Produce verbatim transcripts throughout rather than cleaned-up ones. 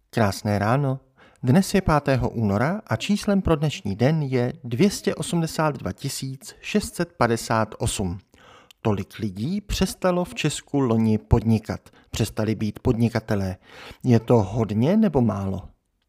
Krásné ráno. Dnes je pátého února a číslem pro dnešní den je dvě stě osmdesát dva tisíc šest set padesát osm. Tolik lidí přestalo v Česku loni podnikat. Přestali být podnikatelé. Je to hodně nebo málo?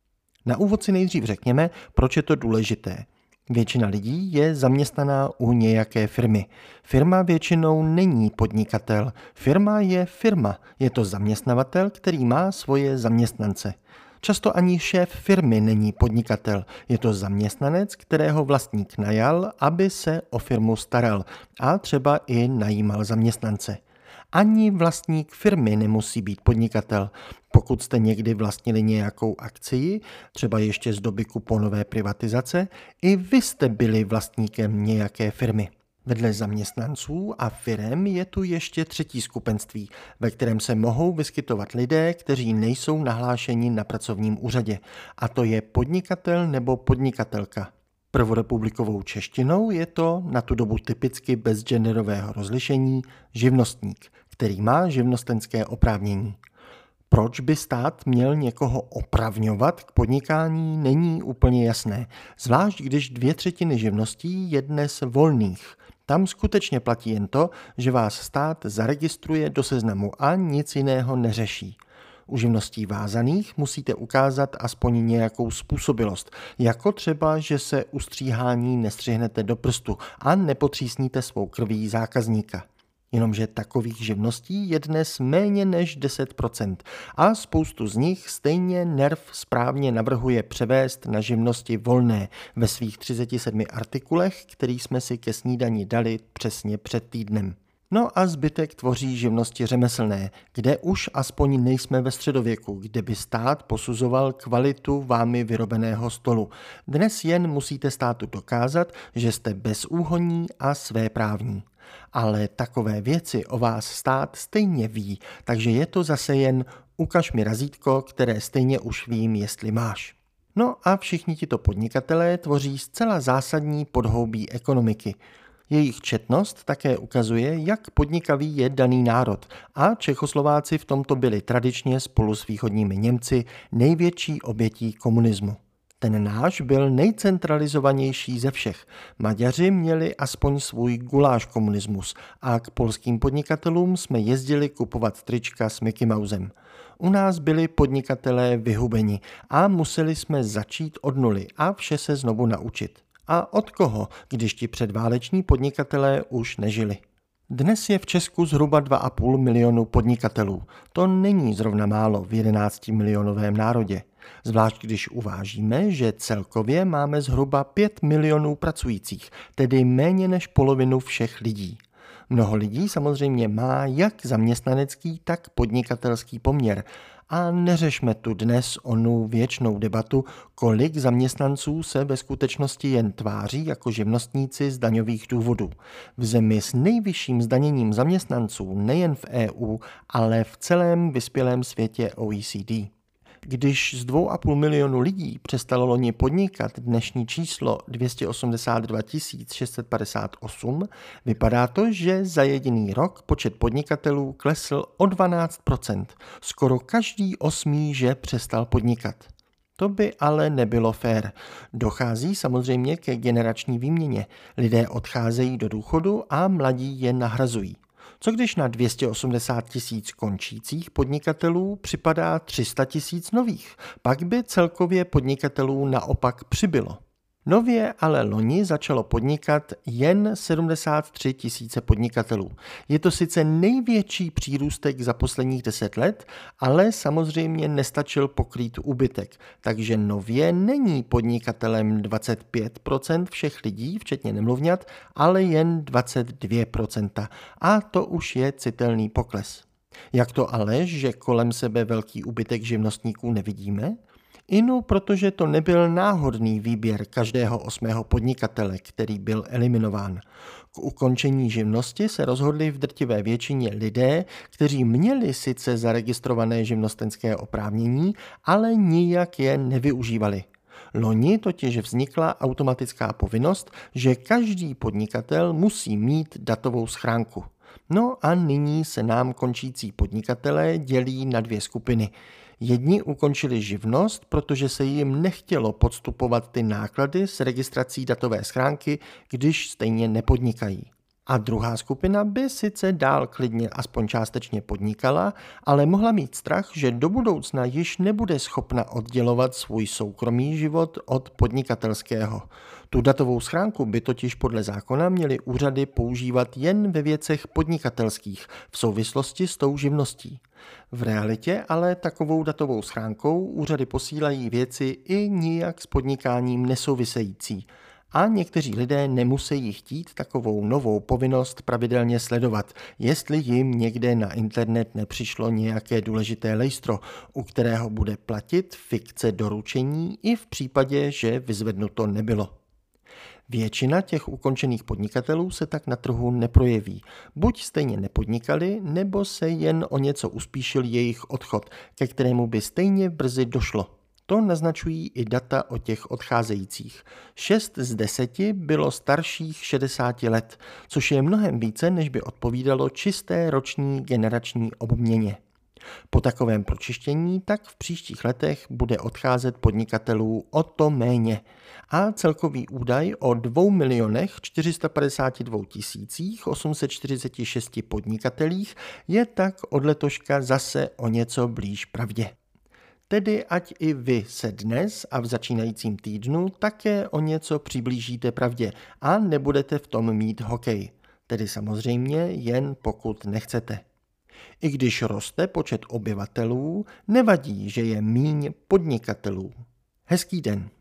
Na úvod si nejdřív řekněme, proč je to důležité. Většina lidí je zaměstnaná u nějaké firmy. Firma většinou není podnikatel. Firma je firma. Je to zaměstnavatel, který má svoje zaměstnance. Často ani šéf firmy není podnikatel. Je to zaměstnanec, kterého vlastník najal, aby se o firmu staral a třeba i najímal zaměstnance. Ani vlastník firmy nemusí být podnikatel. Pokud jste někdy vlastnili nějakou akcii, třeba ještě z doby kuponové privatizace, i vy jste byli vlastníkem nějaké firmy. Vedle zaměstnanců a firem je tu ještě třetí skupenství, ve kterém se mohou vyskytovat lidé, kteří nejsou nahlášeni na pracovním úřadě. A to je podnikatel nebo podnikatelka. Prvorepublikovou češtinou je to na tu dobu typicky bez genderového rozlišení živnostník, který má živnostenské oprávnění. Proč by stát měl někoho opravňovat k podnikání, není úplně jasné, zvlášť když dvě třetiny živností je dnes volných. Tam skutečně platí jen to, že vás stát zaregistruje do seznamu a nic jiného neřeší. U živností vázaných musíte ukázat aspoň nějakou způsobilost, jako třeba, že se u stříhání nestřihnete do prstu a nepotřísníte svou krví zákazníka. Jenomže takových živností je dnes méně než deset procent a spoustu z nich stejně N E R V správně navrhuje převést na živnosti volné ve svých třiceti sedmi artikulech, který jsme si ke snídani dali přesně před týdnem. No a zbytek tvoří živnosti řemeslné, kde už aspoň nejsme ve středověku, kde by stát posuzoval kvalitu vámi vyrobeného stolu. Dnes jen musíte státu dokázat, že jste bezúhonní a svéprávní. Ale takové věci o vás stát stejně ví, takže je to zase jen ukaž mi razítko, které stejně už vím, jestli máš. No a všichni tito podnikatelé tvoří zcela zásadní podhoubí ekonomiky. Jejich četnost také ukazuje, jak podnikavý je daný národ a Čechoslováci v tomto byli tradičně spolu s východními Němci největší obětí komunismu. Ten náš byl nejcentralizovanější ze všech. Maďaři měli aspoň svůj guláš komunismus a k polským podnikatelům jsme jezdili kupovat trička s Mickey Mousem. U nás byli podnikatelé vyhubeni a museli jsme začít od nuly a vše se znovu naučit. A od koho, když ti předváleční podnikatelé už nežili? Dnes je v Česku zhruba dva a půl milionu podnikatelů. To není zrovna málo v jedenáctimilionovém národě. Zvlášť když uvážíme, že celkově máme zhruba pět milionů pracujících, tedy méně než polovinu všech lidí. Mnoho lidí samozřejmě má jak zaměstnanecký, tak podnikatelský poměr. A neřešme tu dnes onu věčnou debatu, kolik zaměstnanců se ve skutečnosti jen tváří jako živnostníci z daňových důvodů. V zemi s nejvyšším zdaněním zaměstnanců nejen v E U, ale v celém vyspělém světě O E C D. Když z dvou a půl milionu lidí přestalo loni podnikat dnešní číslo dvě stě osmdesát dva tisíc šest set padesát osm, vypadá to, že za jediný rok počet podnikatelů klesl o dvanáct procent. Skoro každý osmý, že přestal podnikat. To by ale nebylo fér. Dochází samozřejmě ke generační výměně. Lidé odcházejí do důchodu a mladí je nahrazují. Co když na dvě stě osmdesát tisíc končících podnikatelů připadá tři sta tisíc nových? Pak by celkově podnikatelů naopak přibylo. Nově ale loni začalo podnikat jen sedmdesát tři tisíce podnikatelů. Je to sice největší přírůstek za posledních deset let, ale samozřejmě nestačil pokrýt úbytek, takže nově není podnikatelem dvacet pět procent všech lidí, včetně nemluvňat, ale jen dvacet dvě procenta. A to už je citelný pokles. Jak to ale, že kolem sebe velký úbytek živnostníků nevidíme? Inu, protože to nebyl náhodný výběr každého osmého podnikatele, který byl eliminován. K ukončení živnosti se rozhodli v drtivé většině lidé, kteří měli sice zaregistrované živnostenské oprávnění, ale nijak je nevyužívali. Loni totiž vznikla automatická povinnost, že každý podnikatel musí mít datovou schránku. No a nyní se nám končící podnikatelé dělí na dvě skupiny. Jedni ukončili živnost, protože se jim nechtělo podstupovat ty náklady s registrací datové schránky, když stejně nepodnikají. A druhá skupina by sice dál klidně aspoň částečně podnikala, ale mohla mít strach, že do budoucna již nebude schopna oddělovat svůj soukromý život od podnikatelského. Tu datovou schránku by totiž podle zákona měly úřady používat jen ve věcech podnikatelských v souvislosti s tou živností. V realitě ale takovou datovou schránkou úřady posílají věci i nijak s podnikáním nesouvisející. A někteří lidé nemusí chtít takovou novou povinnost pravidelně sledovat, jestli jim někde na internet nepřišlo nějaké důležité lejstro, u kterého bude platit fikce doručení i v případě, že vyzvednuto nebylo. Většina těch ukončených podnikatelů se tak na trhu neprojeví. Buď stejně nepodnikali, nebo se jen o něco uspíšil jejich odchod, ke kterému by stejně brzy došlo. To naznačují i data o těch odcházejících. Šest z deseti bylo starších šedesáti let, což je mnohem více, než by odpovídalo čisté roční generační obměně. Po takovém pročištění tak v příštích letech bude odcházet podnikatelů o to méně a celkový údaj o dvou milionech čtyři sta padesát dva tisíce osm set čtyřicet šest podnikatelích je tak od letoška zase o něco blíž pravdě. Tedy ať i vy se dnes a v začínajícím týdnu také o něco přiblížíte pravdě a nebudete v tom mít hokej. Tedy samozřejmě jen pokud nechcete. I když roste počet obyvatelů, nevadí, že je míň podnikatelů. Hezký den.